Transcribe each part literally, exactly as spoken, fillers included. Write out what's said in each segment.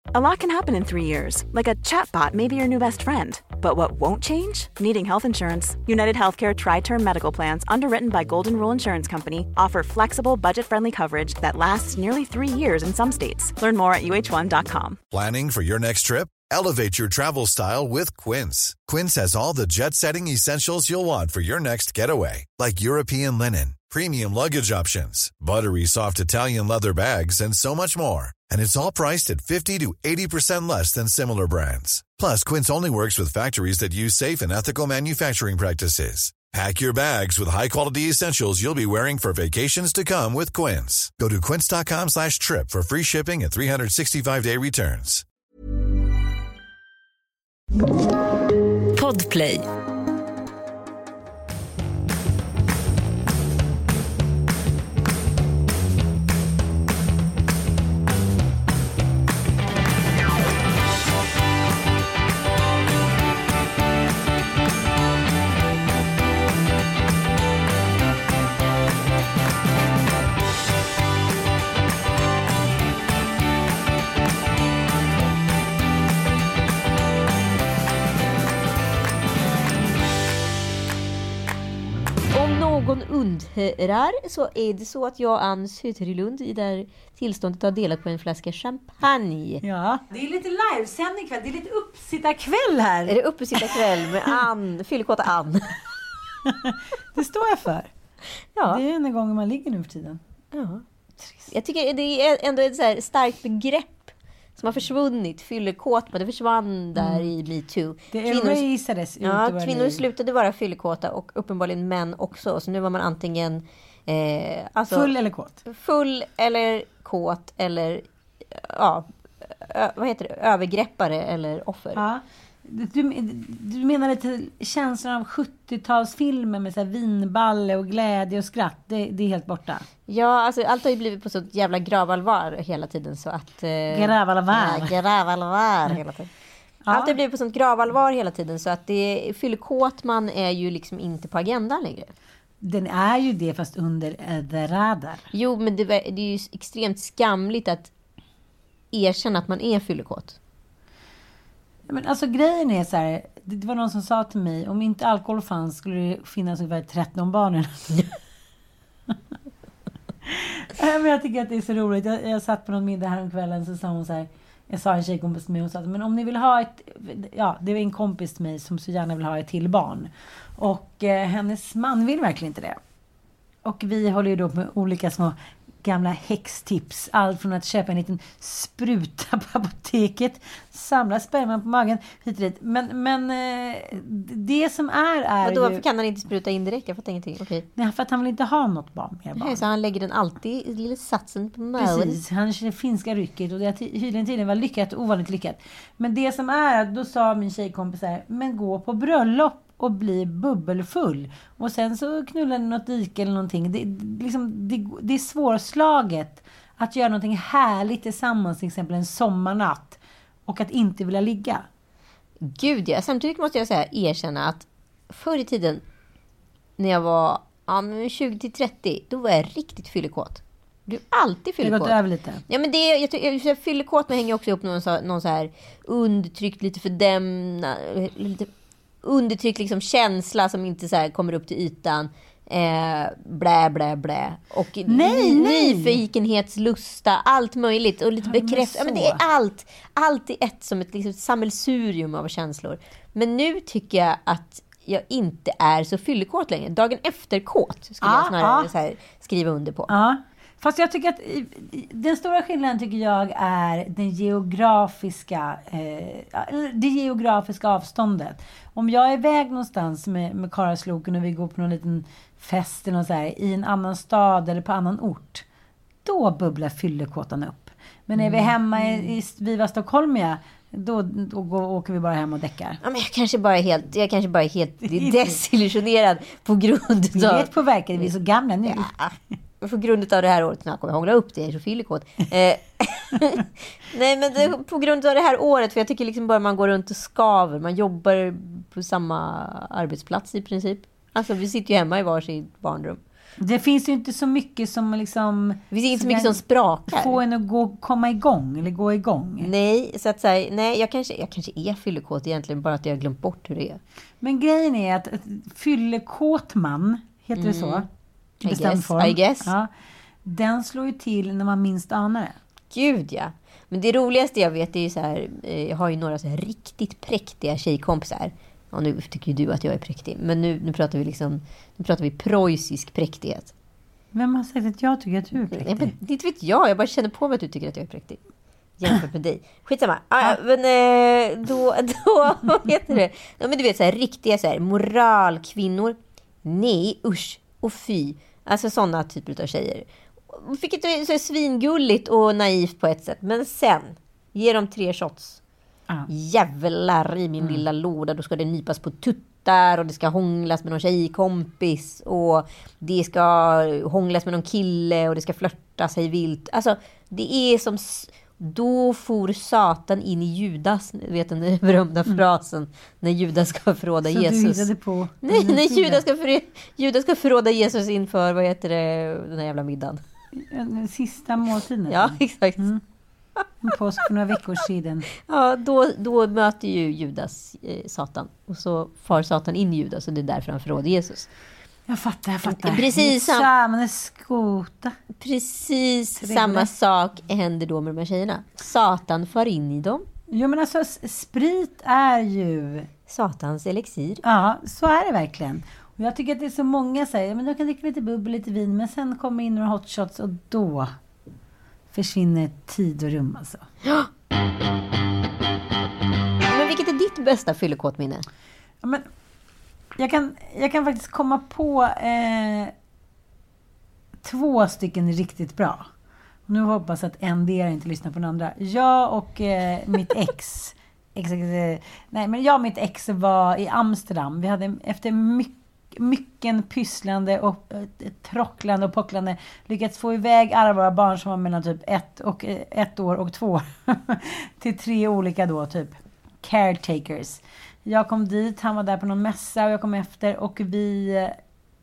A lot can happen in three years, like a chatbot may be your new best friend. But what won't change? Needing health insurance. United Healthcare Tri-Term Medical Plans, underwritten by Golden Rule Insurance Company, offer flexible, budget-friendly coverage that lasts nearly three years in some states. Learn more at U H one dot com. Planning for your next trip? Elevate your travel style with Quince. Quince has all the jet-setting essentials you'll want for your next getaway, like European linen, premium luggage options, buttery soft Italian leather bags, and so much more. And it's all priced at fifty to eighty percent less than similar brands. Plus, Quince only works with factories that use safe and ethical manufacturing practices. Pack your bags with high-quality essentials you'll be wearing for vacations to come with Quince. Go to quince.com slash trip for free shipping and three sixty-five day returns. Podplay. undrar så är det så att jag och Ann sitter i Lund i där tillståndet har delat på en flaska champagne. Ja, det är lite livesändning kväll. Det är lite uppsittarkväll här. Är det uppsittarkväll med Ann, fyllekåta Ann? Det står jag för. Ja. Det är en gång man ligger nu för tiden. Ja. Jag tycker det är ändå ett så här starkt begrepp som har försvunnit. Fyllekåt, men det försvann där mm. i MeToo. Det erasades ut. Ja, kvinnor liv. Slutade vara fyllekåta och uppenbarligen män också. Så nu var man antingen eh, alltså, full eller kåt. Full eller kåt eller ja, ö, vad heter det? Övergreppare eller offer. Ja. Du, du menar lite känslan av sjuttiotalsfilmer med så här vinballe och glädje och skratt. Det, det är helt borta. Ja, alltså allt har ju blivit på sånt jävla gravallvar hela tiden så att eh, gravallvar. Ja, gravallvar hela tiden. Ja. Allt har blivit på sånt gravallvar hela tiden så att det fyllekåt man är ju liksom inte på agendan längre. Den är ju det fast under the radar. Jo, men det, det är ju extremt skamligt att erkänna att man är fyllekåt. Men alltså grejen är så här, det var någon som sa till mig, om inte alkohol fanns skulle det finnas ungefär tretton barn. Men jag tycker att det är så roligt. Jag, jag satt på någon middag här om kvällen så sa hon så här, jag sa en tjejkompis till mig och sa, men om ni vill ha ett, ja det var en kompis till mig som så gärna vill ha ett till barn. Och eh, hennes man vill verkligen inte det. Och vi håller ju då med olika små gamla häxtips. Allt från att köpa en liten spruta på apoteket, samla sperman på magen, hit och dit. Men, men eh, det som är är och då, ju... Varför kan han inte spruta in direkt? Jag fattar ingenting. Okay. Nej, för att han vill inte ha något barn, mer barn. Nej, så han lägger den alltid i lilla satsen på magen. Precis, han känner finska rycket och det har tydligen tydligen var lyckat och ovanligt lyckat. Men det som är, då sa min tjejkompis här, men gå på bröllop och bli bubbelfull. Och sen så knullar ni något dike eller någonting. Det, liksom, det, det är svårslaget att göra någonting härligt tillsammans. Till exempel en sommarnatt. Och att inte vilja ligga. Gud ja. Samtidigt måste jag säga, erkänna att förr i tiden när jag var ja, tjugo till trettio, då var jag riktigt fyllekåt. Du är alltid fyllekåt. Det har gått över lite. Ja, men det, jag, jag, jag fyllekåt med hänger också upp någon, så, någon så här undertryckt, lite fördämna, lite undertryckt liksom känsla som inte så här kommer upp till ytan. Eh, blä, blä, blä. Och nej, ny, nej. nyfikenhetslusta, allt möjligt. Och lite ja, bekräft. Ja, men det är allt. Allt i ett som ett liksom, sammelsurium av känslor. Men nu tycker jag att jag inte är så fyllekåt längre. Dagen efter kåt skulle ah, jag snarare ah. så här, skriva under på. Ja. Ah. Fast jag tycker att den stora skillnaden tycker jag är den geografiska, eh, det geografiska avståndet. Om jag är iväg någonstans med, med Karlsloken och vi går på någon liten fest eller något så här, i en annan stad eller på annan ort, då bubblar fyllekåtan upp. Men är vi hemma i, i Viva Stockholmia, då, då går, åker vi bara hem och däckar. Ja, men jag kanske bara är helt, jag kanske bara är helt desillusionerad på grund av... Vi är på verket, vi är så gamla nu. Ja. På grund av det här året, jag kommer hångla upp det, jag är så fyllekåt. Nej, men det, på grund av det här året, för jag tycker liksom bara man går runt och skaver. Man jobbar på samma arbetsplats i princip. Alltså vi sitter ju hemma i varsitt barnrum. Det finns ju inte så mycket som liksom... Det finns inte så mycket som sprakar. Få en att gå, komma igång eller gå igång. Nej, så att säga, nej jag, kanske, jag kanske är fyllekåt egentligen, bara att jag har glömt bort hur det är. Men grejen är att fyllekåt man, heter Mm. det så? I Bestämd guess, form. I guess. Ja, den slår ju till när man minst anar det. Gud ja. Men det roligaste jag vet är ju så här, eh, jag har ju några så här riktigt präktiga tjejkompisar. Ja, nu tycker ju du att jag är präktig, men nu, nu pratar vi liksom, nu pratar vi preussisk präktighet. Vem har sagt att jag tycker att du är Nej, präktig? men det inte vet jag, jag bara känner på mig att du tycker att jag är präktig. Jämfört med dig. Skitsamma. Ah, men eh, då, då, vad heter det? Ja, men du vet så här, riktiga så här, moralkvinnor. Nej, usch och fy. Alltså sådana typer av tjejer. Vilket är så svingulligt och naivt på ett sätt. Men sen, ge dem tre shots. Ja. Jävlar i min mm. lilla låda. Då ska det nypas på tuttar. Och det ska hånglas med någon tjejkompis. Och det ska hånglas med någon kille. Och det ska flörta sig vilt. Alltså, det är som... Då for Satan in i Judas. Vet den berömda frasen. Mm. När Judas ska förråda så Jesus. Du på Nej, när Judas ska, för, Judas ska förråda Jesus inför, vad heter det, den här jävla middagen. Den sista måltiden. Ja, exakt. Mm. Påsk för några veckor sedan. Ja, då, då möter ju Judas eh, Satan. Och så far Satan in i Judas. Och det är därför han förråder Jesus. Jag fattar, jag fattar. Precis, sam- samma skota. Precis samma sak händer då med de här tjejerna. Satan far in i dem. Jo, men alltså sprit är ju... Satans elixir. Ja, så är det verkligen. Och jag tycker att det är så många säger, men jag kan dricka lite bubbel, lite vin. Men sen kommer in några hot shots och då försvinner tid och rum alltså. Ja. Men vilket är ditt bästa fyllekåtminne? Ja, men jag kan, jag kan faktiskt komma på eh, två stycken riktigt bra. Och nu hoppas att en del inte lyssnar på den andra. Jag och eh, mitt ex, ex eh, nej men jag och mitt ex var i Amsterdam. Vi hade efter mycket mycken pysslande och eh, trocklande och pocklande lyckats få iväg alla våra barn som var mellan typ ett, och, eh, ett år och två till tre olika då typ caretakers. Jag kom dit, han var där på någon mässa och jag kom efter och vi eh,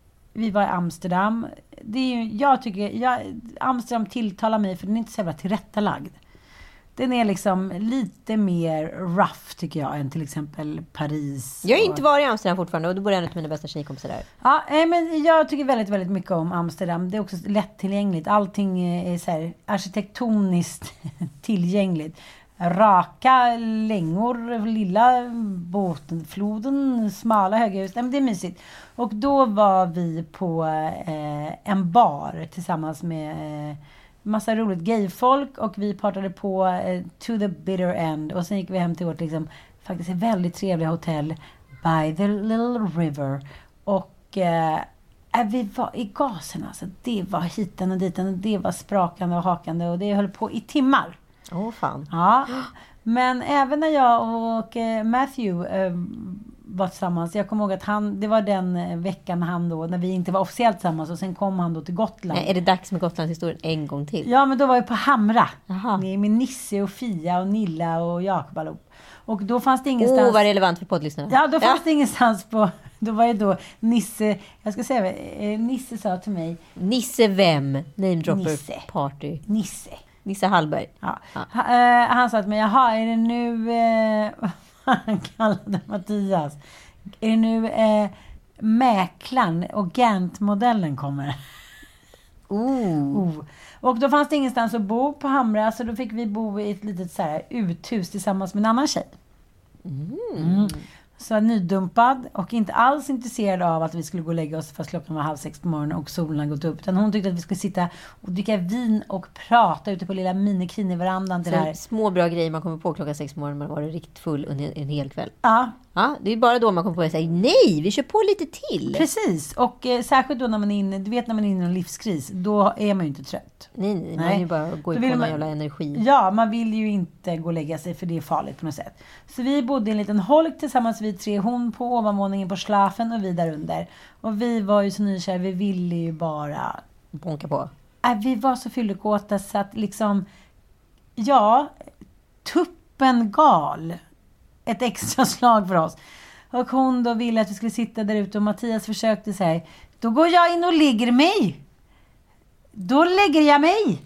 vi var i Amsterdam. Det är ju, jag tycker jag, Amsterdam tilltalar mig för den är inte så jävla tillrättalagd. Den är liksom lite mer rough tycker jag än till exempel Paris. Jag har och... inte varit i Amsterdam fortfarande och då bor jag en av mina bästa tjejkompisar där. Ja, men jag tycker väldigt, väldigt mycket om Amsterdam. Det är också lättillgängligt. Allting är så här arkitektoniskt tillgängligt. Raka längor, lilla båten, floden, smala höghus. Nej, men det är mysigt. Och då var vi på eh, en bar tillsammans med... Eh, massa roligt gayfolk och vi partade på eh, to the bitter end och sen gick vi hem till vårt liksom faktiskt ett väldigt trevliga hotell by the little river och eh, vi var i gasen alltså, det var hiten och diten och det var sprakande och hakande och det höll på i timmar. Åh oh, fan. Ja, men även när jag och eh, Matthew eh, var tillsammans. Jag kommer ihåg att han, det var den veckan han då, när vi inte var officiellt tillsammans och sen kom han då till Gotland. Nej, är det dags med Gotlandshistorien en gång till? Ja, men då var vi på Hamra. Jaha. Med Nisse och Fia och Nilla och Jakob allop. Och då fanns det ingenstans... Åh, oh, vad relevant för poddlyssnarna. Ja, då fanns ja. det ingenstans på... Då var det då Nisse... Jag ska säga, eh, Nisse sa till mig... Nisse vem? Name dropper Nisse. Party. Nisse. Nisse Hallberg. Ja. ja. Ha, eh, han sa till mig, jaha, är det nu... Eh, han kallade Mattias... Är det nu eh, mäklaren och Gant-modellen kommer? Oh. oh. Och då fanns det ingenstans att bo på Hamra. Så då fick vi bo i ett litet så här, uthus tillsammans med en annan tjej. Mm. Mm. Så nydumpad och inte alls intresserad av att vi skulle gå och lägga oss fast klockan var halv sex på morgonen och solen hade gått upp. Utan hon tyckte att vi skulle sitta och dricka vin och prata ute på lilla minikrin i verandan till så det här. Små bra grejer man kommer på klockan sex på morgonen, man var riktigt full en, en hel kväll. Ja. Ja, det är bara då man kommer på att säga nej, vi kör på lite till. Precis, och eh, särskilt då när man är inne, du vet när man är inne i en livskris, då är man ju inte trött. Nej, nej, man nej. är ju bara gå på någon jävla energi. Ja, man vill ju inte gå och lägga sig för det är farligt på något sätt. Så vi bodde i en liten holk tillsammans, vi tre, hon på ovanvåningen på Schlafen och vi där under. Och vi var ju så nykära, vi ville ju bara... Bonka på. Äh, vi var så fyllekåta så att liksom... Ja, tuppen gal. Ett extra slag för oss. Och hon då ville att vi skulle sitta där ute och Mattias försökte säga, då går jag in och lägger mig. Då lägger jag mig.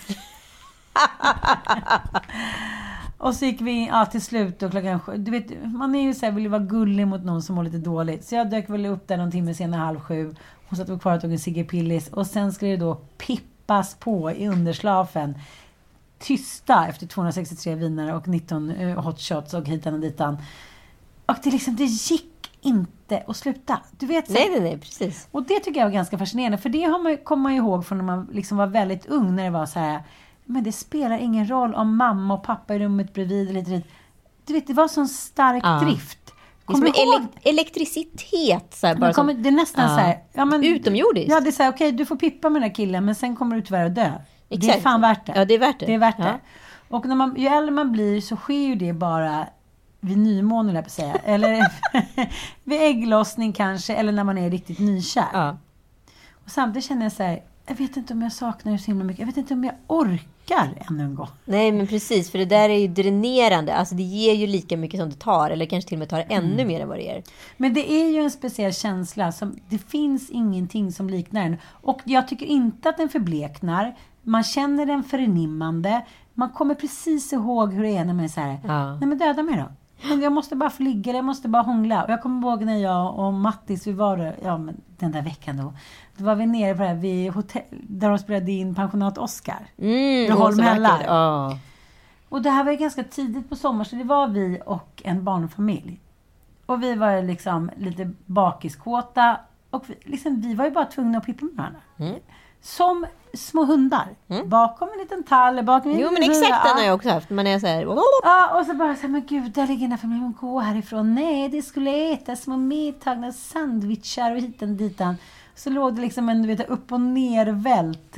Och så gick vi in, ja, till slut och klockan sju. Du vet, man är ju så här, vill ju vara gullig mot någon som mår lite dåligt. Så jag dök väl upp där någon timme senare, halv sju. Hon satt kvar och tog en Sigge Pillis. Och sen skulle det då pippas på i underslafen. Tysta efter tvåhundrasextiotre viner och nitton uh, hot shots och hitan och ditan. Och det liksom, det gick inte att sluta. Du vet, så, nej, nej, nej, precis. Och det tycker jag var ganska fascinerande. För det har man, kommer man ihåg från när man liksom var väldigt ung. När det var så här, men det spelar ingen roll om mamma och pappa i rummet bredvid eller lite. Du vet, det var sån stark ja. drift. Kommer det är som ele- elektricitet. Så här, bara kommer, det är nästan ja. så här. Ja, men, utomjordiskt. Ja, det är så här, okej, okay, du får pippa med den här killen. Men sen kommer du tyvärr att dö. Exakt. Det är fan värt det. Ja, det är värt det. Det är värt ja. det. Och när man, ju äldre man blir så sker ju det bara vid nymån, eller på säga. Eller vid ägglossning kanske. Eller när man är riktigt nykär. Ja. Och samtidigt känner jag så här, jag vet inte om jag saknar det så himla mycket. Jag vet inte om jag orkar ännu en gång. Nej, men precis. För det där är ju dränerande. Alltså det ger ju lika mycket som det tar. Eller kanske till och med tar ännu mm. mer än vad det ger. Men det är ju en speciell känsla. Som, det finns ingenting som liknar den. Och jag tycker inte att den förbleknar. Man känner den förnimmande. Man kommer precis ihåg hur det är när man är så här. Ja. Nej, men döda mig då. Men jag måste bara få ligga, jag måste bara hångla. Och jag kommer ihåg när jag och Mattis, vi var där, ja, men den där veckan då. Då var vi nere på det här vid hotell, där de spelade in pensionat Oscar. Mm, Holmhällar. Oh. Och det här var ju ganska tidigt på sommar, så det var vi och en barnfamilj. Och vi var liksom lite bakiskåta. Och vi, liksom, vi var ju bara tvungna att pippa med varandra. Mm. Som små hundar. Mm. Bakom en liten tall. Bakom en jo, men exakt hund. Den har jag också haft. Man är så här. Ja, och så bara så här, men gud, där ligger den här familjen. Gå härifrån. Nej, det skulle äta små medtagna sandwichar och hitan ditan. Så låg det liksom en, du vet, upp och ner vält.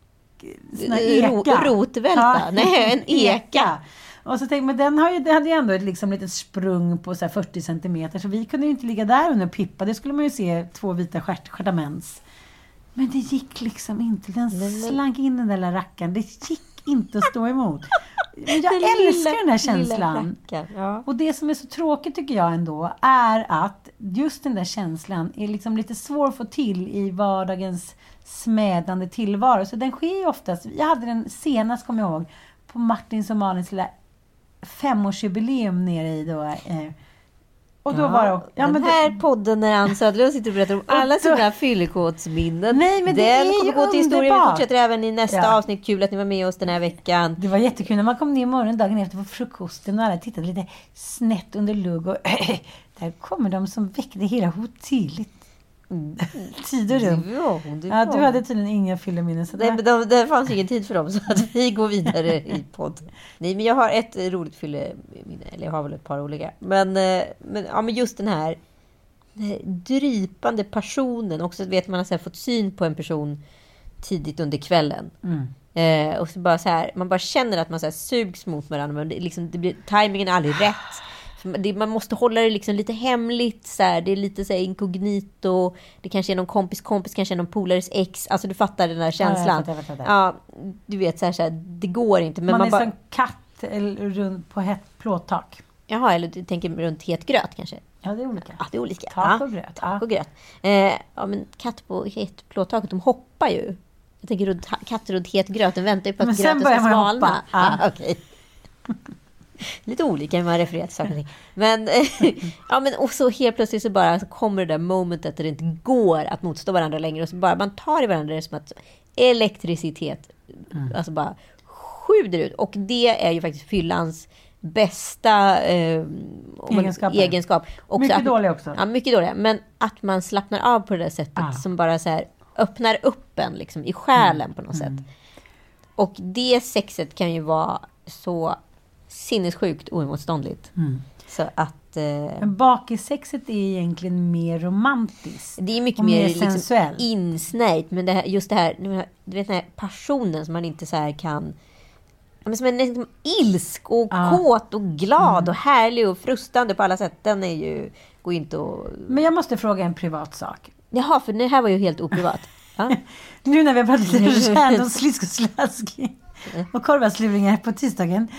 Eka. Rotvälta. Ja, nej, en eka. Och så tänkte men den har ju, det hade ju ändå ett liksom litet sprung på så här fyrtio centimeter. Så vi kunde ju inte ligga där under pippa. Det skulle man ju se två vita stjärt, stjärtamens. Men det gick liksom inte. Den slank in den där lilla rackaren. Det gick inte att stå emot. Men jag älskar lilla, den här känslan. Ja. Och det som är så tråkigt tycker jag ändå är att just den där känslan är liksom lite svår att få till i vardagens smädande tillvaro. Så den sker ju oftast. Jag hade den senast, kommer jag ihåg, på Martins och Malins lilla femårsjubileum nere i då... Eh, Och då ja, var det, ja, den men här det, podden när Ann Söderlund sitter och berättar om alla sina fyllekåtsminnen. Nej, men det den är kommer ju gå till historien. Vi fortsätter även i nästa ja. avsnitt. Kul att ni var med oss den här veckan. Det var jättekul när man kom ner morgonen dagen efter på frukosten och alla tittade lite snett under lugg. Och där kommer de som väckte hela hotellet. Mm. Tid och rum. Du, var, du, ja, du hade tydligen inga fylleminnen. Nej, men de, det fanns ingen tid för dem så att vi går vidare i podd. Nej, men jag har ett roligt fylleminne. Eller jag har väl ett par olika. Men, men, ja, men just den här, den här drypande passionen. Också vet man har så här fått syn på en person tidigt under kvällen. Mm. Eh, och så bara så här, man bara känner att man så här sugs mot varandra. Men det, liksom, det blir, timingen är aldrig rätt. Det, man måste hålla det liksom lite hemligt så här. Det är lite så här inkognito. Det kanske är någon kompis kompis, kanske är någon polares ex. Alltså du fattar den där känslan. Ja, jag fattar, jag fattar. Ja, du vet så här, så här, det går inte. Men man, man är bara... som katt eller runt på ett plåttak. Jaha, eller du tänker runt het gröt kanske. Ja, det är olika. Ja, det är olika. Tak och gröt. Tak och gröt. Eh, ja, men katt på het plåttaket, de hoppar ju. Jag tänker runt, katt runt het gröt, den väntar ju på att gröten ska svalna. Ja, okej. Lite olika när man refererar till saker och ting. Men, ja, men och så helt plötsligt så bara så kommer det där momentet där det inte går att motstå varandra längre. Och så bara man tar i varandra som att elektricitet mm. alltså bara sjuder ut. Och det är ju faktiskt fyllans bästa eh, egenskap. Också mycket att, dålig också. Ja, mycket dålig. Men att man slappnar av på det där sättet ah. som bara så här öppnar upp en liksom, i själen mm. på något mm. sätt. Och det sexet kan ju vara så sinnessjukt oemotståndligt. Mm. Så att... Eh, Men bakisexet är egentligen mer romantiskt. Det är mycket mer, mer liksom insnäjt. Men det här, just det här, du vet den här passionen som man inte så här kan... Men som är liksom ilsk och ja. kåt och glad mm. och härlig och frustande på alla sätt. Den är ju... Går inte att... Men jag måste fråga en privat sak. Jaha, för det här var ju helt oprivat. Ja. Nu när vi har pratat lite kärn och slisk och slask och korvasluringar på tisdagen.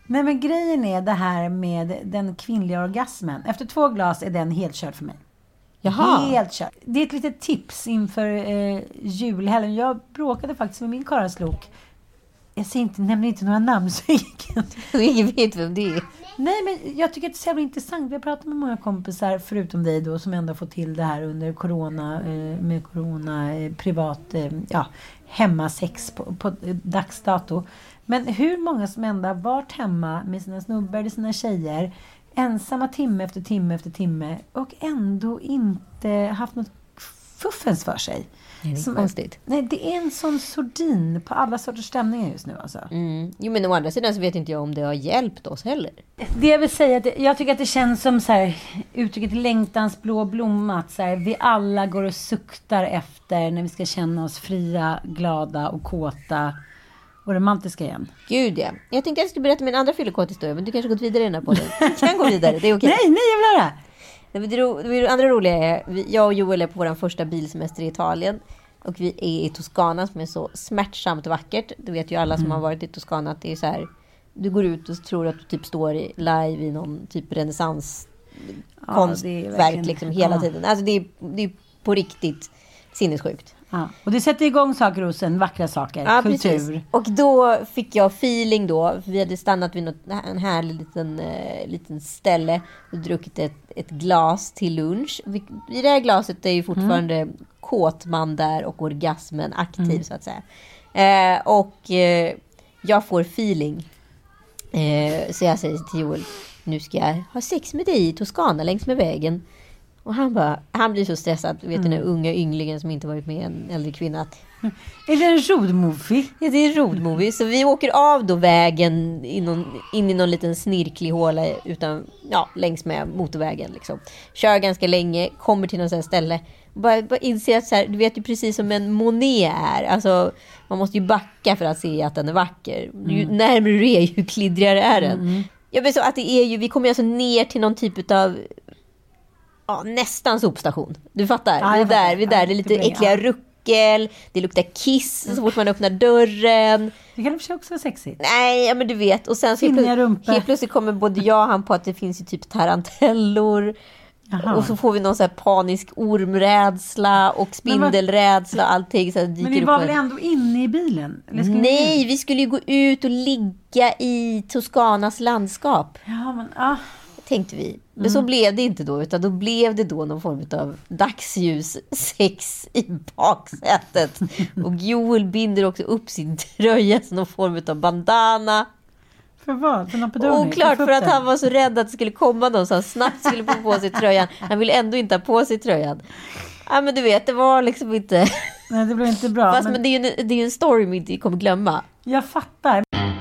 Nej, men grejen är det här med den kvinnliga orgasmen. Efter två glas är den helt körd för mig. Jaha. Helt kört. Det är ett litet tips inför eh, julhelgen. Jag bråkade faktiskt med min karaslok. Jag säger inte, nämner inte några namn så ingen. Ingen vet vem det är. Nej, men jag tycker att det är så jävla intressant. Vi har pratat med många kompisar, förutom dig då, som ändå fått till det här under corona, eh, med corona, eh, privat, eh, ja, hemmasex på, på eh, dagsdato. Men hur många som ändå har varit hemma med sina snubbar eller sina tjejer, ensamma timme efter timme efter timme, och ändå inte haft något fuffens för sig. Det är som, konstigt. Nej, det är en sån sordin på alla sorters stämningar just nu alltså. Mm. Jo, men å andra sidan så vet inte jag om det har hjälpt oss heller. Det jag vill säga, att jag tycker att det känns som så här, uttrycket längtans blå blomma, att så här, vi alla går och suktar efter när vi ska känna oss fria, glada och kåta och romantiska igen. Gud ja. Jag tänkte att jag skulle berätta min andra fyllekåthistoria, men du kanske gått vidare i den här podden. Du kan gå vidare, det är okej. Nej, nej, jag vill höra! Det, det, ro, det andra roliga är, vi, jag och Joel är på vår första bilsemester i Italien. Och vi är i Toscana som är så smärtsamt vackert. Du vet ju alla som mm. har varit i Toscana att det är så här. Du går ut och tror att du typ står i, live i någon typ renässans ja, konstverk liksom hela ja. tiden. Alltså det är, det är på riktigt sinnessjukt. Ja. Och det sätter igång saker hos en, vackra saker, ja, kultur. Precis. Och då fick jag feeling då. Vi hade stannat vid något, en härlig liten, uh, liten ställe och druckit ett, ett glas till lunch. Vi, I det här glaset är ju fortfarande mm. kåtman där och orgasmen aktiv mm. så att säga. Eh, och eh, jag får feeling. Eh, så jag säger till Joel, nu ska jag ha sex med dig i Toscana längs med vägen. Och han bara, han blir så stressad. Du vet mm. den här unga ynglingen som inte varit med en äldre kvinna. Att, är det en roadmovie? Ja, det är en roadmovie. Så vi åker av då vägen in, någon, in i någon liten snirklig håla utan, ja, längs med motorvägen. Liksom. Kör ganska länge, kommer till något sånt ställe. Bara, bara inser att så här, du vet ju precis som en Monet är. Alltså, man måste ju backa för att se att den är vacker. Mm. Ju närmare du är, ju klidrigare är den. Mm. Jag vet så att det är ju, vi kommer alltså ner till någon typ av ja, nästan sopstation. Du fattar? Ja, vi är där, vi är där. Det är lite äckliga ja. ruckel. Det luktar kiss så fort man öppnar dörren. Det kan det också vara sexigt. Nej, ja, men du vet. Och sen så helt, plötsligt, helt plötsligt kommer både jag och han på att det finns ju typ tarantellor. Aha. Och så får vi någon så här panisk ormrädsla och spindelrädsla och allting så här dyker. Men vi var väl ändå inne i bilen? Eller nej, vi, vi skulle ju gå ut och ligga i Toscanas landskap. Ja, men ah. tänkte vi. Men mm. så blev det inte då, utan då blev det då någon form av dagsljus sex i baksätet. Och Joel binder också upp sin tröja som någon form av bandana. För vad? För någon pedoni? Oklart, för att han var så rädd att det skulle komma någon så han snabbt skulle få på sig tröjan. Han ville ändå inte ha på sig tröjan. Ja, men du vet, det var liksom inte... Nej, det blev inte bra. Fast men, men det är ju en, det är en story vi inte kommer glömma. Jag fattar.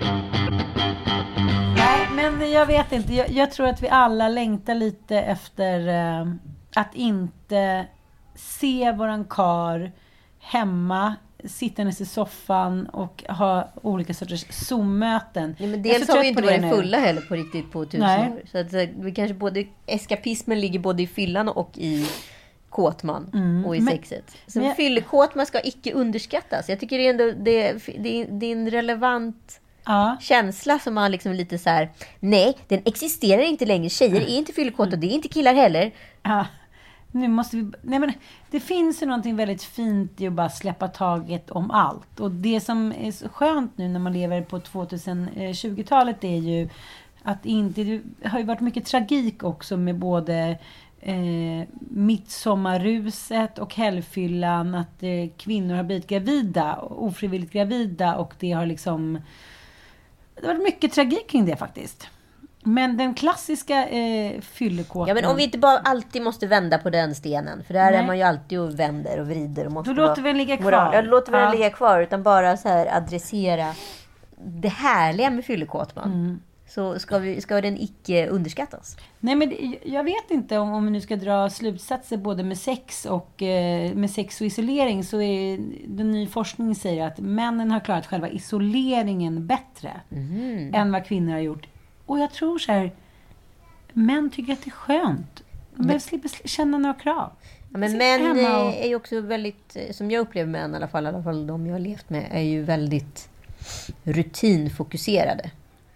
Nej, men jag vet inte. Jag, jag tror att vi alla längtar lite efter eh, att inte se våran kar hemma, sittandes i soffan och ha olika sorters Zoom-möten. Ja, men dels har vi inte varit fulla heller på riktigt på tusen Nej. år. Så att så, vi kanske både, eskapismen ligger både i fyllan och i kåtman mm. och i men, sexet. Så jag... fyllekåtman ska icke underskattas. Jag tycker det är, ändå, det, det, det är en relevant ja. känsla som man liksom lite så här: nej, den existerar inte längre. Tjejer är inte fyllekåta och det är inte killar heller. Ja. Nu måste vi... Nej, men det finns ju någonting väldigt fint i att bara släppa taget om allt. Och det som är så skönt nu när man lever på tjugohundratjugotalet är ju att inte... Det har ju varit mycket tragik också med både eh, midsommarruset och helgfyllan. Att eh, kvinnor har blivit gravida, ofrivilligt gravida. Och det har liksom... Det har varit mycket tragik kring det faktiskt. Men den klassiska eh, fyllekåtan... Ja, men om vi inte bara alltid måste vända på den stenen. För där Nej. är man ju alltid och vänder och vrider. Och måste då låter vi den ligga kvar. Ja, då låter vi den ja. ligga kvar. Utan bara så här adressera det härliga med fyllekåtman. Mm. Så ska, vi, ska den icke underskattas. Nej, men det, jag vet inte om, om vi nu ska dra slutsatser både med sex och eh, med sex och isolering. Så är den ny forskning säger att männen har klarat själva isoleringen bättre. Mm. Än vad kvinnor har gjort. Och jag tror så här, män tycker att det är skönt. De behöver slippa känna några krav. Ja, men män och... är ju också väldigt, som jag upplever män i alla fall, i alla fall de jag har levt med, är ju väldigt rutinfokuserade.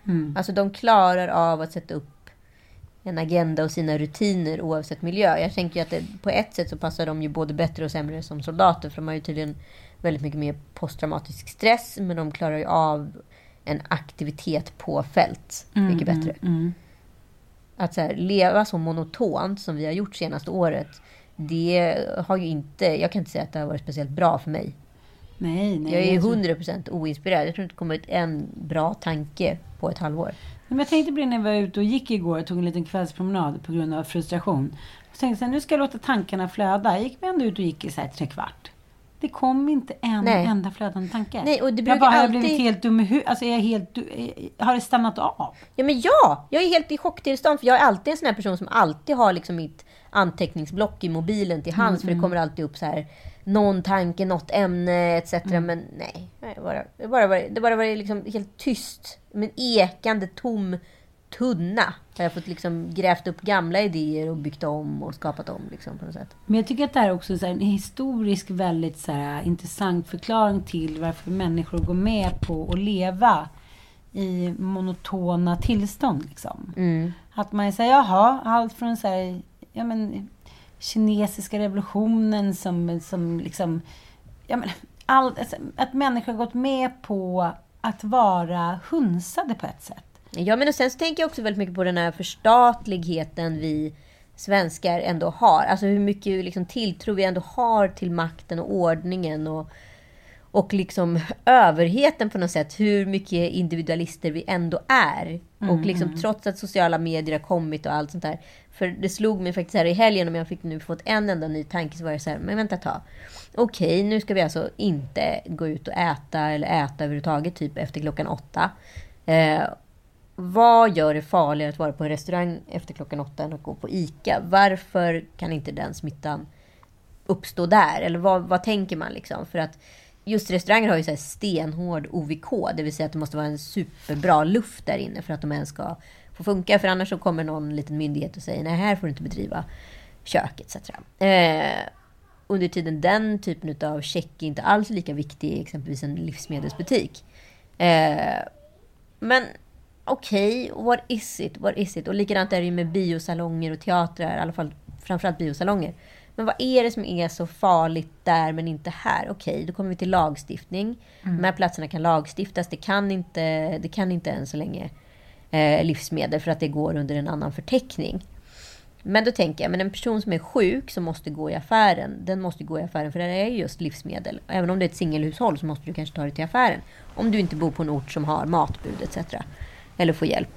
Mm. Alltså de klarar av att sätta upp en agenda och sina rutiner oavsett miljö. Jag tänker att det, på ett sätt så passar de ju både bättre och sämre som soldater. För de har ju tydligen väldigt mycket mer posttraumatisk stress. Men de klarar ju av en aktivitet på fält Mm, mycket bättre. Mm, mm. Att så här, leva så monotont som vi har gjort senaste året, det har ju inte, jag kan inte säga att det har varit speciellt bra för mig. Nej, nej. Jag är ju tror- hundra procent oinspirerad. Jag tror inte det kommit en bra tanke på ett halvår. Men jag tänkte på det när jag var ute och gick igår. Jag tog en liten kvällspromenad på grund av frustration. Jag tänkte så här, nu ska jag låta tankarna flöda. Jag gick ändå ut och gick i så här tre kvart. Det kom inte en Nej. enda flödande tanke. Nej, och det jag brukar bara, har jag alltid... blivit helt dum i huvudet? Alltså är jag helt... du- Har det stannat av? Ja, men ja! Jag är helt i chocktillstånd. För jag är alltid en sån här person som alltid har liksom mitt anteckningsblock i mobilen till hands. Mm, för det kommer alltid upp så här någon tanke, något ämne et cetera. Mm. Men nej, det bara, det bara var det bara var liksom helt tyst. Men ekande, tom tunna. Har jag fått liksom grävt upp gamla idéer och byggt om och skapat om liksom på något sätt. Men jag tycker att det här är också så här en historisk väldigt så här, intressant förklaring till varför människor går med på att leva i monotona tillstånd. Liksom. Mm. Att man säger, jaha, allt från så här, ja men, kinesiska revolutionen som, som liksom, ja men, all, alltså, att människor har gått med på att vara hunsade på ett sätt. Ja, men och sen så tänker jag också väldigt mycket på den här förstatligheten vi svenskar ändå har. Alltså hur mycket liksom tilltro vi ändå har till makten och ordningen och, och liksom överheten på något sätt. Hur mycket individualister vi ändå är. Mm, och liksom mm. trots att sociala medier har kommit och allt sånt där. För det slog mig faktiskt här i helgen, om jag fick nu fått en enda ny tanke, så var jag så här, men vänta ta. Okej, nu ska vi alltså inte gå ut och äta eller äta överhuvudtaget typ efter klockan åtta. Eh, Vad gör det farligare att vara på en restaurang efter klockan åtta än att gå på ICA? Varför kan inte den smittan uppstå där? Eller vad, vad tänker man liksom? För att just restauranger har ju så här stenhård O V K. Det vill säga att det måste vara en superbra luft där inne för att de ens ska få funka. För annars så kommer någon liten myndighet och säger nej, här får du inte bedriva kök et cetera. Eh, under tiden den typen av check är inte alls lika viktig i exempelvis en livsmedelsbutik. Eh, men okej, okay, what is it? What is it? Och likadant är det ju med biosalonger och teatrar, i alla fall framförallt biosalonger. Men vad är det som är så farligt där men inte här? Okej, okay, då kommer vi till lagstiftning. Mm. De här platserna kan lagstiftas. Det kan inte, det kan inte än så länge eh, livsmedel för att det går under en annan förteckning. Men då tänker jag, men en person som är sjuk som måste gå i affären, den måste gå i affären för det är just livsmedel. Även om det är ett singelhushåll så måste du kanske ta det till affären. Om du inte bor på en ort som har matbud et cetera. Eller få hjälp.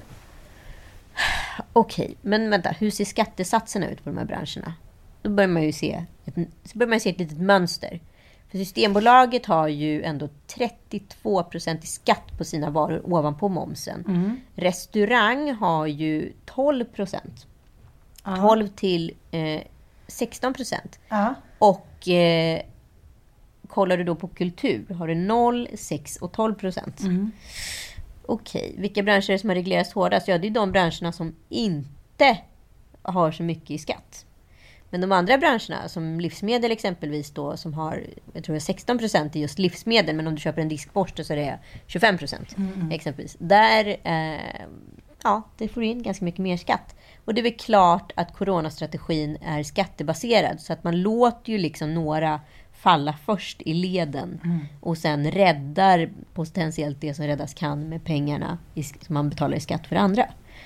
Okej, men vänta, hur ser skattesatserna ut på de här branscherna? Då börjar man ju se ett, så börjar man se ett litet mönster. För Systembolaget har ju ändå trettiotvå procent i skatt på sina varor ovanpå momsen. Mm. Restaurang har ju tolv procent. Uh-huh. tolv till eh, sexton procent. Uh-huh. Och eh, kollar du då på kultur har du noll, sex och tolv procent. Mm. Okej, vilka branscher är det som har reglerats hårdast? Ja, det är de branscherna som inte har så mycket i skatt. Men de andra branscherna, som livsmedel exempelvis då, som har, jag tror det är sexton procent i just livsmedel, men om du köper en diskborste så är det tjugofem procent mm. exempelvis. Där, eh, ja, det får in ganska mycket mer skatt. Och det är väl klart att coronastrategin är skattebaserad, så att man låter ju liksom några falla först i leden mm. och sen räddar potentiellt det som räddas kan med pengarna i, som man betalar i skatt för andra.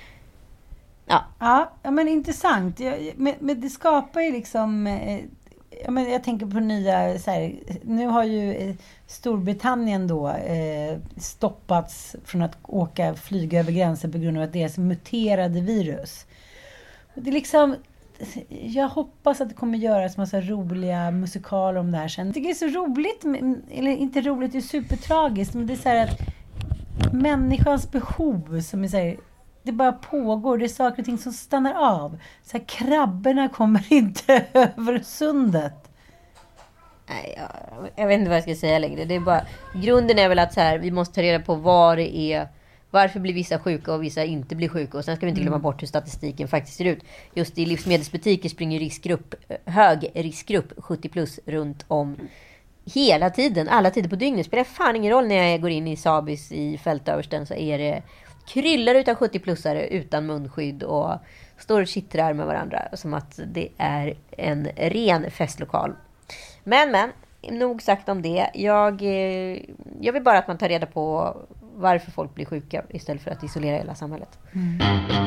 Ja, ja, ja men intressant. Jag, men, men det skapar ju liksom... Eh, ja, men jag tänker på nya... Så här, nu har ju eh, Storbritannien då eh, stoppats från att åka flyga över gränsen på grund av att det är så muterade virus. Och det är liksom... Jag hoppas att det kommer göras massa roliga musikaler om det här sen. Jag tycker det är så roligt, eller inte roligt, det är supertragiskt, men det är så här att människans behov som är så här, det bara pågår, det är saker och ting som stannar av. Så här, krabborna kommer inte över sundet. Nej, jag, jag vet inte vad jag ska säga längre. Det är bara, grunden är väl att så här, vi måste ta reda på vad det är. Varför blir vissa sjuka och vissa inte blir sjuka? Och sen ska vi inte glömma bort hur statistiken faktiskt ser ut. Just i livsmedelsbutiker springer riskgrupp, hög riskgrupp sjuttio plus runt om hela tiden. Alla tider på dygnet. Spelar fan ingen roll när jag går in i Sabis i Fältöversten, så är det kryllar utav sjuttio-plussare utan munskydd och står och kittrar med varandra som att det är en ren festlokal. Men, men, nog sagt om det. Jag, jag vill bara att man tar reda på varför folk blir sjuka istället för att isolera hela samhället. Mm.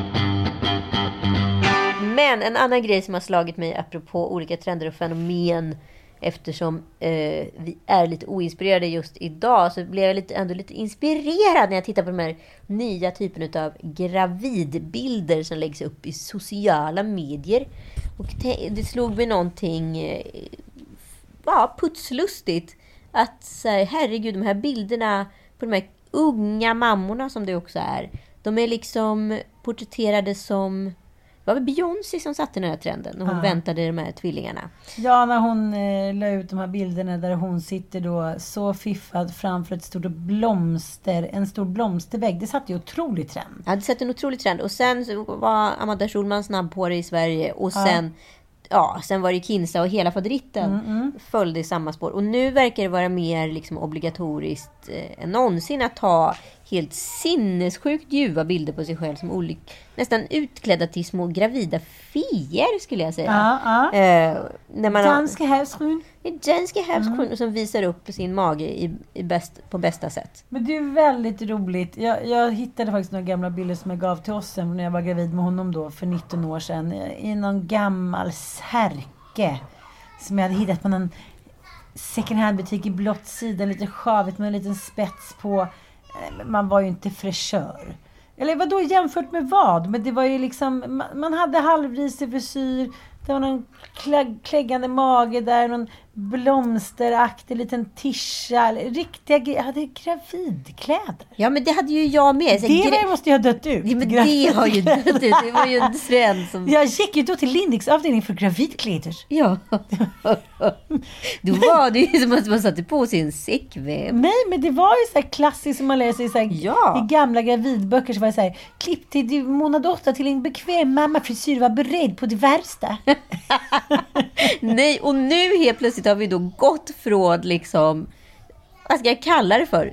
Men en annan grej som har slagit mig apropå olika trender och fenomen, eftersom eh, vi är lite oinspirerade just idag, så blev jag lite, ändå lite inspirerad när jag tittar på de här nya typen av gravidbilder som läggs upp i sociala medier. Och det, det slog mig någonting eh, ja, putslustigt. Att så här, herregud, de här bilderna på de här unga mammorna som det också är, de är liksom porträtterade som... Det var Beyoncé som satte den här trenden när hon ja. väntade de här tvillingarna. Ja, när hon eh, la ut de här bilderna där hon sitter då så fiffad framför ett stort blomster, en stor blomstervägg. Det satte ju otrolig trend. Ja, det satte en otrolig trend. Och sen så var Amanda Schulman snabb på det i Sverige. Och sen, ja. Ja, sen var det Kinsa och hela fadritten mm, mm. följde i samma spår. Och nu verkar det vara mer liksom obligatoriskt eh, än någonsin att ta helt sinnessjukt ljuva bilder på sig själv som olik, nästan utklädda till små gravida feer skulle jag säga. Ja, ja. Eh, när man danska havsfrun. Danska havsfrun mm. som visar upp sin mage i, i bäst, på bästa sätt. Men det är väldigt roligt. Jag, jag hittade faktiskt några gamla bilder som jag gav till oss när jag var gravid med honom då för nitton år sedan. I någon gammal särke som jag hade hittat på någon second hand butik i blått sida. Lite sjavigt med en liten spets på. Man var ju inte fräschör. Eller vad då jämfört med vad? Men det var ju liksom, man hade halvrisig frisyr. Det var någon klä, kläggande mage där. Någon blomsteraktig liten tischa. Riktiga, jag hade gravidkläder. Ja, men det hade ju jag med. Så det gra- måste ju ha dött ut. Ja, men det har ju dött ut. Det var ju en trend som... Jag gick ju då till Lindex avdelning för gravidkläder. Ja. Då var det ju som att man satte på sig en säckväv. Nej, men det var ju så här klassiskt som man läser i, så här, ja. i gamla gravidböcker. Så var det så här, klipp till månad åtta till en bekväm mammafrisyr, var beredd på det värsta. Nej, och nu helt plötsligt har vi då gått från liksom, vad ska jag kalla det för?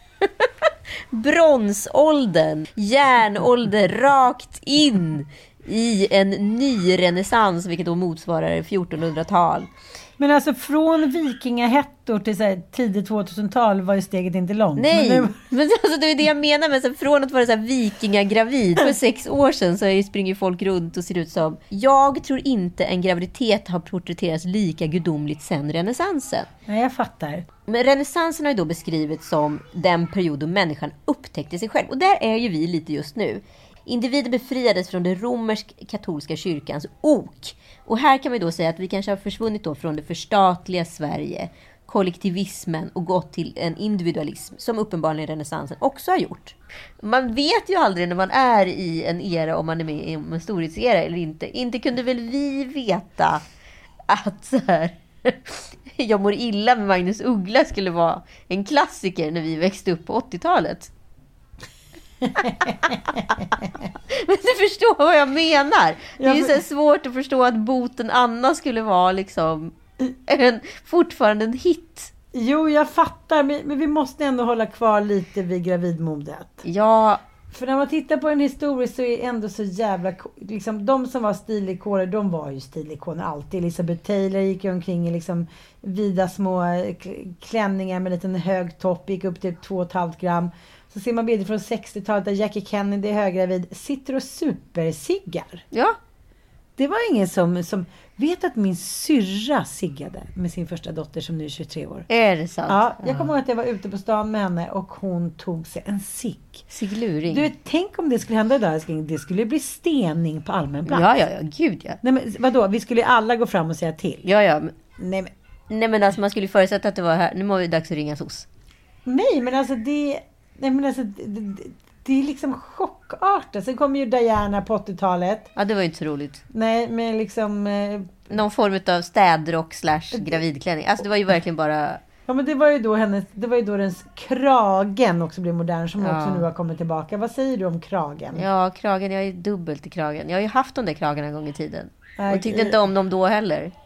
Bronsåldern, järnålder, rakt in i en ny renässans, vilket då motsvarar fjortonhundratal. Men alltså från vikingahettor till så här, tidigt tvåtusental var ju steget inte långt. Nej, men, det... men alltså, det är det jag menar. Men så från att vara så här vikingagravid för sex år sedan så springer folk runt och ser ut som... Jag tror inte en graviditet har porträtterats lika gudomligt sen renässansen. Nej, jag fattar. Men renässansen har ju då beskrivits som den period då människan upptäckte sig själv. Och där är ju vi lite just nu. Individer befriades från den romersk-katolska kyrkans ok. Och här kan man då säga att vi kanske har försvunnit då från det förstatliga Sverige, kollektivismen och gått till en individualism som uppenbarligen renässansen också har gjort. Man vet ju aldrig när man är i en era om man är med i en storhetsera eller inte. Inte kunde väl vi veta att så här, Jag mår illa med Magnus Uggla skulle vara en klassiker när vi växte upp på åttiotalet. Men du förstår vad jag menar. Det är ju så svårt att förstå att Boten Anna skulle vara liksom en, fortfarande en hit. Jo, jag fattar. Men, men vi måste ändå hålla kvar lite vid gravidmodet. Ja. För när man tittar på en historia så är ändå så jävla... Liksom, de som var stilikoner, de var ju stilikoner alltid. Elizabeth Taylor gick omkring i liksom vida små klänningar med en liten hög topp. Gick upp till två och ett halvt gram. Så ser man bilder från sextiotalet där Jackie Kennedy är höggravid. Sitter och supersiggar. Ja. Det var ingen som... som vet att min syrra siggade med sin första dotter som nu är tjugotre år. Är det sant? Ja, jag kommer ihåg att jag var ute på stan med henne och hon tog sig en cigg. Ciggluring. Du vet, tänk om det skulle hända idag. Det skulle bli stening på allmän plats. Ja, ja, ja, gud ja. Nej, men vadå? Vi skulle alla gå fram och säga till. Ja, ja. Men... Nej, men... Nej, men alltså man skulle förutsätta att det var här. Nu må det dags att ringa S O S. Nej, men alltså det... Nej, men alltså... Det, det, det är liksom chockartat. Sen kom ju Diana på åttiotalet. Ja, det var ju inte så roligt. Nej, men liksom... Eh... Någon form av städrock slash gravidklänning. Alltså det var ju verkligen bara... Ja, men det var ju då hennes... Det var ju då dens kragen också blev modern som ja. också nu har kommit tillbaka. Vad säger du om kragen? Ja, kragen. Jag är dubbelt i kragen. Jag har ju haft de där kragen en gång i tiden. Äh, och tyckte inte om dem då heller.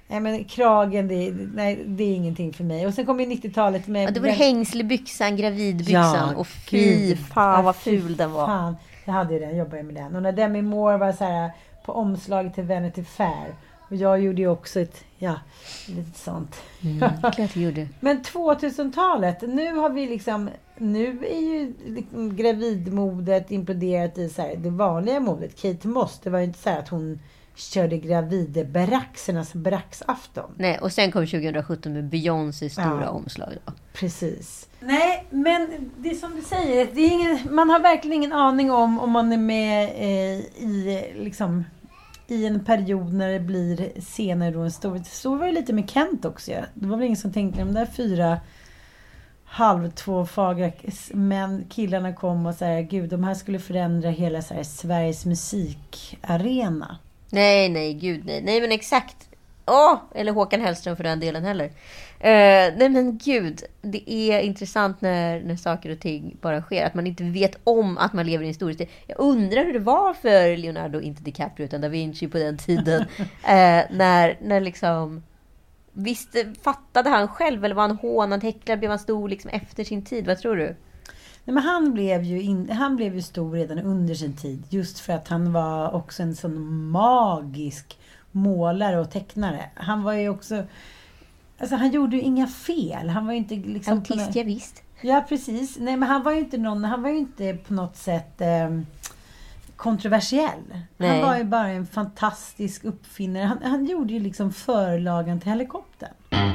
Nej, men kragen, det, nej, det är ingenting för mig. Och sen kom ju nittiotalet med... Ja, det var det hängslebyxan, gravidbyxan. Ja, och fy gud. fan vad Ja, ful den var. Fan, jag hade ju den, jag jobbade med den. Och när Demi Moore var så här på omslaget till Vanity Fair. Och jag gjorde ju också ett, ja, lite sånt. Mm, klart gjorde. Men tvåtusentalet, nu har vi liksom, nu är ju liksom gravidmodet imploderat i så här, det vanliga modet. Kate Moss, det var ju inte så här att hon körde gravidebaraxernas baraxafton. Nej, och sen kom tjugohundrasjutton med Beyoncés stora ja. omslag. Då. Precis. Nej, men det är som du säger, det är ingen, man har verkligen ingen aning om om man är med eh, i liksom i en period när det blir senare då en stor. Så var det lite med Kent också. Ja. Det var väl ingen som tänkte de där fyra halv två fagra män, killarna kom och sa gud, de här skulle förändra hela så här, Sveriges musikarena. Nej, nej, gud nej. Nej, men exakt. Åh, oh, eller Håkan Hellström för den delen heller. Uh, nej, men gud. Det är intressant när, när saker och ting bara sker. Att man inte vet om att man lever i en stor tid. Jag undrar hur det var för Leonardo, inte DiCaprio utan Da Vinci på den tiden. uh, när, när liksom... Visst, fattade han själv eller var han hånad, häcklad, blev han stor liksom efter sin tid? Vad tror du? Nej, men han blev ju in, han blev ju stor redan under sin tid. Just för att han var också en sån magisk målare och tecknare. Han var ju också... Alltså han gjorde ju inga fel. Han var ju inte liksom... Autist, ja visst. Ja, precis. Nej, men han var ju inte någon... Han var ju inte på något sätt eh, kontroversiell. Nej. Han var ju bara en fantastisk uppfinnare. Han, han gjorde ju liksom förlagen till helikoptern.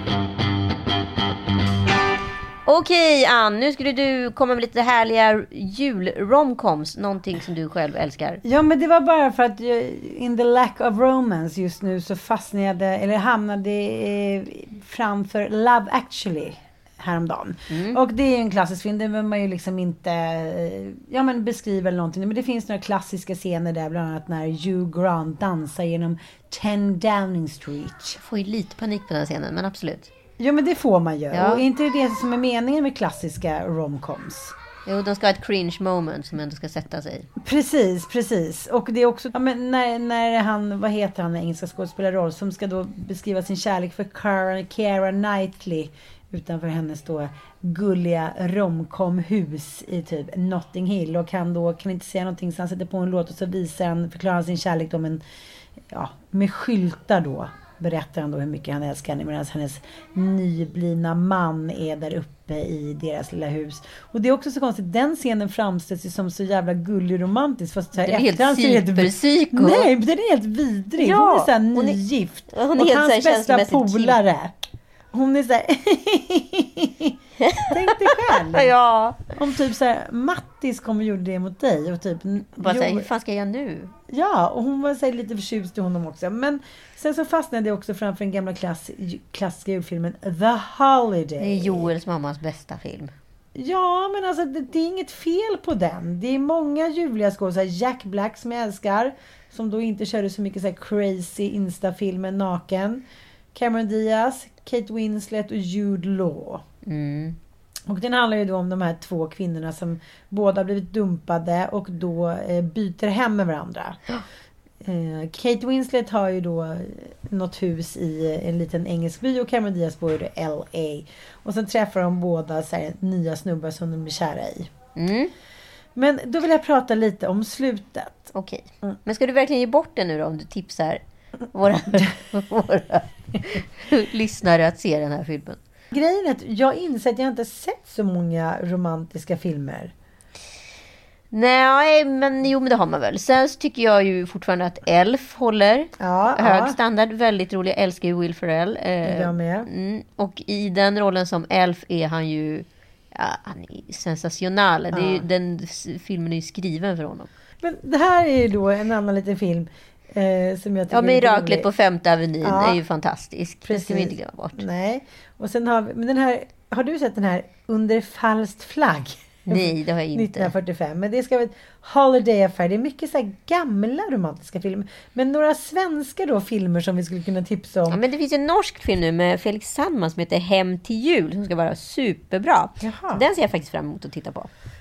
Okej, Ann, nu skulle du komma med lite härliga jul-romcoms. Någonting som du själv älskar. Ja, men det var bara för att jag, in the lack of romance just nu så fastnade, eller hamnade eh, framför Love Actually häromdagen. Mm. Och det är en klassisk film, det vill man ju liksom inte eh, ja, men beskriva eller någonting. Men det finns några klassiska scener där, bland annat när Hugh Grant dansar genom ten Downing Street. Jag får ju lite panik på den scenen, men absolut. Ja, men det får man göra. Ja. Och inte det som är meningen med klassiska romcoms. Jo, de ska ha ett cringe moment som ändå ska sätta sig. Precis, precis. Och det är också, ja, men när, när han, vad heter han, engelska skådespelarroll, som ska då beskriva sin kärlek för Cara, Keira Knightley utanför hennes då gulliga romcom-hus i typ Notting Hill. Och han då kan inte säga någonting, så han sätter på en låt och så visar han, förklarar han sin kärlek då, men, ja, med skyltar då. Berättar han då hur mycket han älskar henne, medan hennes nyblivna man är där uppe i deras lilla hus. Och det är också så konstigt, den scenen framställs ju som så jävla gullig romantisk, fast så här, det är helt superpsyko. Nej, det är helt vidrig. Ja, hon är så här nygift. Hon är, hon är och helt hans bästa polare. Hon är så här tänk dig själv. Ja. Om typ så här Mattis kom och gjorde det mot dig och typ bara så här, hur fan ska jag göra nu? Ja, och hon var så här, lite förtjust i honom också. Men sen så fastnade jag också framför den gamla klass, klassiska julfilmen The Holiday. Det är Joels mammas bästa film. Ja, men alltså det, det är inget fel på den. Det är många juliga skådespelare, Jack Black som jag älskar, som då inte körde så mycket så här crazy Insta-filmer naken. Cameron Diaz, Kate Winslet och Jude Law. Mm. Och den handlar ju då om de här två kvinnorna som båda blivit dumpade och då eh, byter hem med varandra. Eh, Kate Winslet har ju då något hus i en liten engelsk by och Cameron Diaz bor i L A. Och sen träffar de båda så här, nya snubbar som de blir kära i. Mm. Men då vill jag prata lite om slutet. Okej. Mm. Men ska du verkligen ge bort det nu då, om du tipsar våra, våra lyssnare att se den här filmen? Grejen är att jag inser att jag inte sett så många romantiska filmer. Nej, men jo, men det har man väl. Sen så tycker jag ju fortfarande att Elf håller ja, hög ja. standard. Väldigt rolig. Jag älskar ju Will Ferrell. Eh, jag med. Mm, och i den rollen som Elf är han ju ja, han är sensationell. Ja. Det är ju, den filmen är ju skriven för honom. Men det här är ju då en annan liten film eh, som jag tycker ja, Miraklet på Femte Avenyn ja. är ju fantastisk. Precis. Det ska vi inte glömma bort. Nej. Och sen har vi, men den här, har du sett den här Under falskt flagg? Nej, det har jag inte. nittonhundrafyrtiofem. Men det ska vara ett Holiday Affair. Det är mycket så här gamla romantiska filmer. Men några svenska då filmer som vi skulle kunna tipsa om. Ja, men det finns en norsk film nu med Felix Sandman som heter Hem till jul. Som ska vara superbra. Så den ser jag faktiskt fram emot att titta på.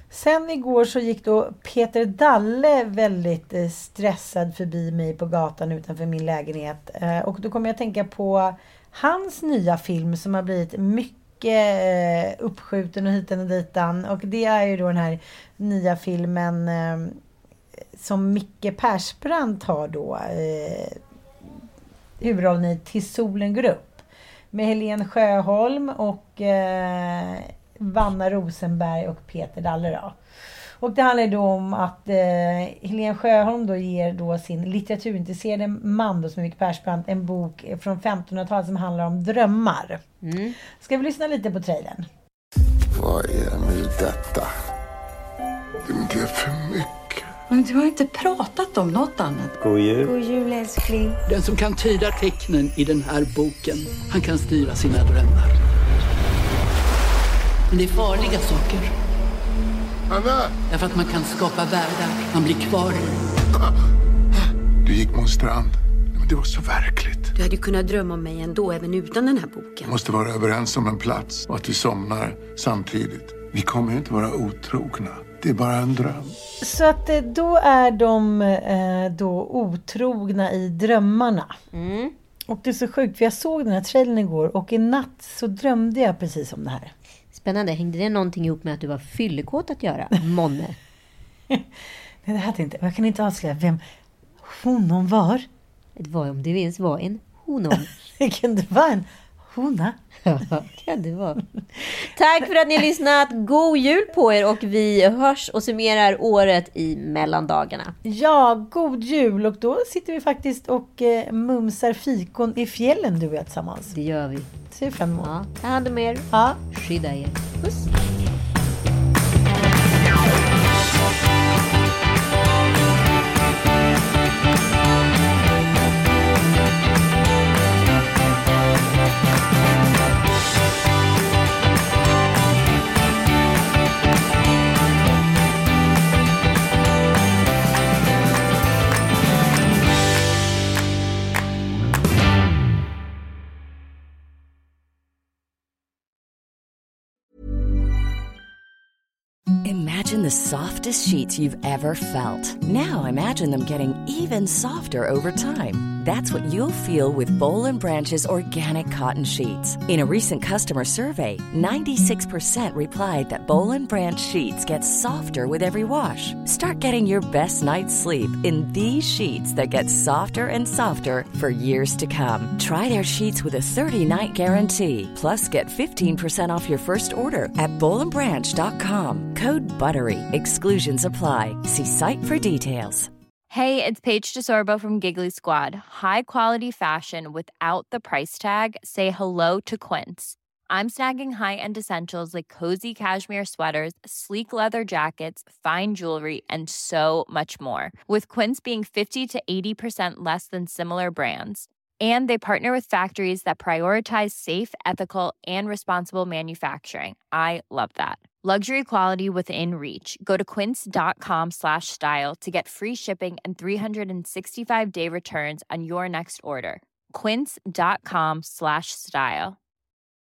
Sen igår så gick då Peter Dalle väldigt eh, stressad förbi mig på gatan utanför min lägenhet. Eh, och då kommer jag tänka på hans nya film som har blivit mycket eh, uppskjuten och hitan och ditan. Och det är ju då den här nya filmen eh, som Micke Persbrandt har då. Eh, huvudrollen i Till solen går upp. Med Helene Sjöholm och eh, Vanna Rosenberg och Peter Dalle då. Och det handlar då om att eh, Helene Sjöholm då ger då sin litteraturintresserade man då, som Micke Persbrandt, en bok från femtonhundratalet som handlar om drömmar. Mm. Ska vi lyssna lite på trailern? Vad är nu detta? Det är för mycket. Men du har inte pratat om något annat. God jul. God jul, älskling. Den som kan tyda tecknen i den här boken, han kan styra sina drömmar. Men det är farliga saker. Anna! Därför att man kan skapa världar man blir kvar i. Du gick på en strand. Men det var så verkligt. Du hade ju kunnat drömma om mig ändå, även utan den här boken. Vi måste vara överens om en plats och att vi somnar samtidigt. Vi kommer ju inte vara otrogna. Det är bara en dröm. Så att då är de eh, då otrogna i drömmarna. Mm. Och det är så sjukt, för jag såg den här trailern igår och i natt så drömde jag precis om det här. Spännande. Hängde det någonting ihop med att du var fyllekåt att göra, Monne? Nej, det hade inte. Jag kan inte avslöja vem honom var. Det var om det ens var en honom. Det kan det vara en hona. Ja, kan det vara. Tack för att ni har lyssnat. God jul på er och vi hörs och summerar året i mellandagarna. Ja, god jul. Och då sitter vi faktiskt och eh, mumsar fikon i fjällen, du och jag tillsammans. Det gör vi. Ser fram emot. Ja, ta hand om er. Ja. Skydda er. Puss. Imagine the softest sheets you've ever felt. Now imagine them getting even softer over time. That's what you'll feel with Boll and Branch's organic cotton sheets. In a recent customer survey, ninety-six percent replied that Boll and Branch sheets get softer with every wash. Start getting your best night's sleep in these sheets that get softer and softer for years to come. Try their sheets with a thirty-night guarantee. Plus, get fifteen percent off your first order at boll and branch dot com. Code BUTTERY. Exclusions apply. See site for details. Hey, it's Paige DeSorbo from Giggly Squad. High quality fashion without the price tag. Say hello to Quince. I'm snagging high-end essentials like cozy cashmere sweaters, sleek leather jackets, fine jewelry, and so much more. With Quince being fifty to eighty percent less than similar brands. And they partner with factories that prioritize safe, ethical, and responsible manufacturing. I love that. Luxury quality within reach. Go to quince.com slash style to get free shipping and three sixty-five day returns on your next order. Quince.com slash style.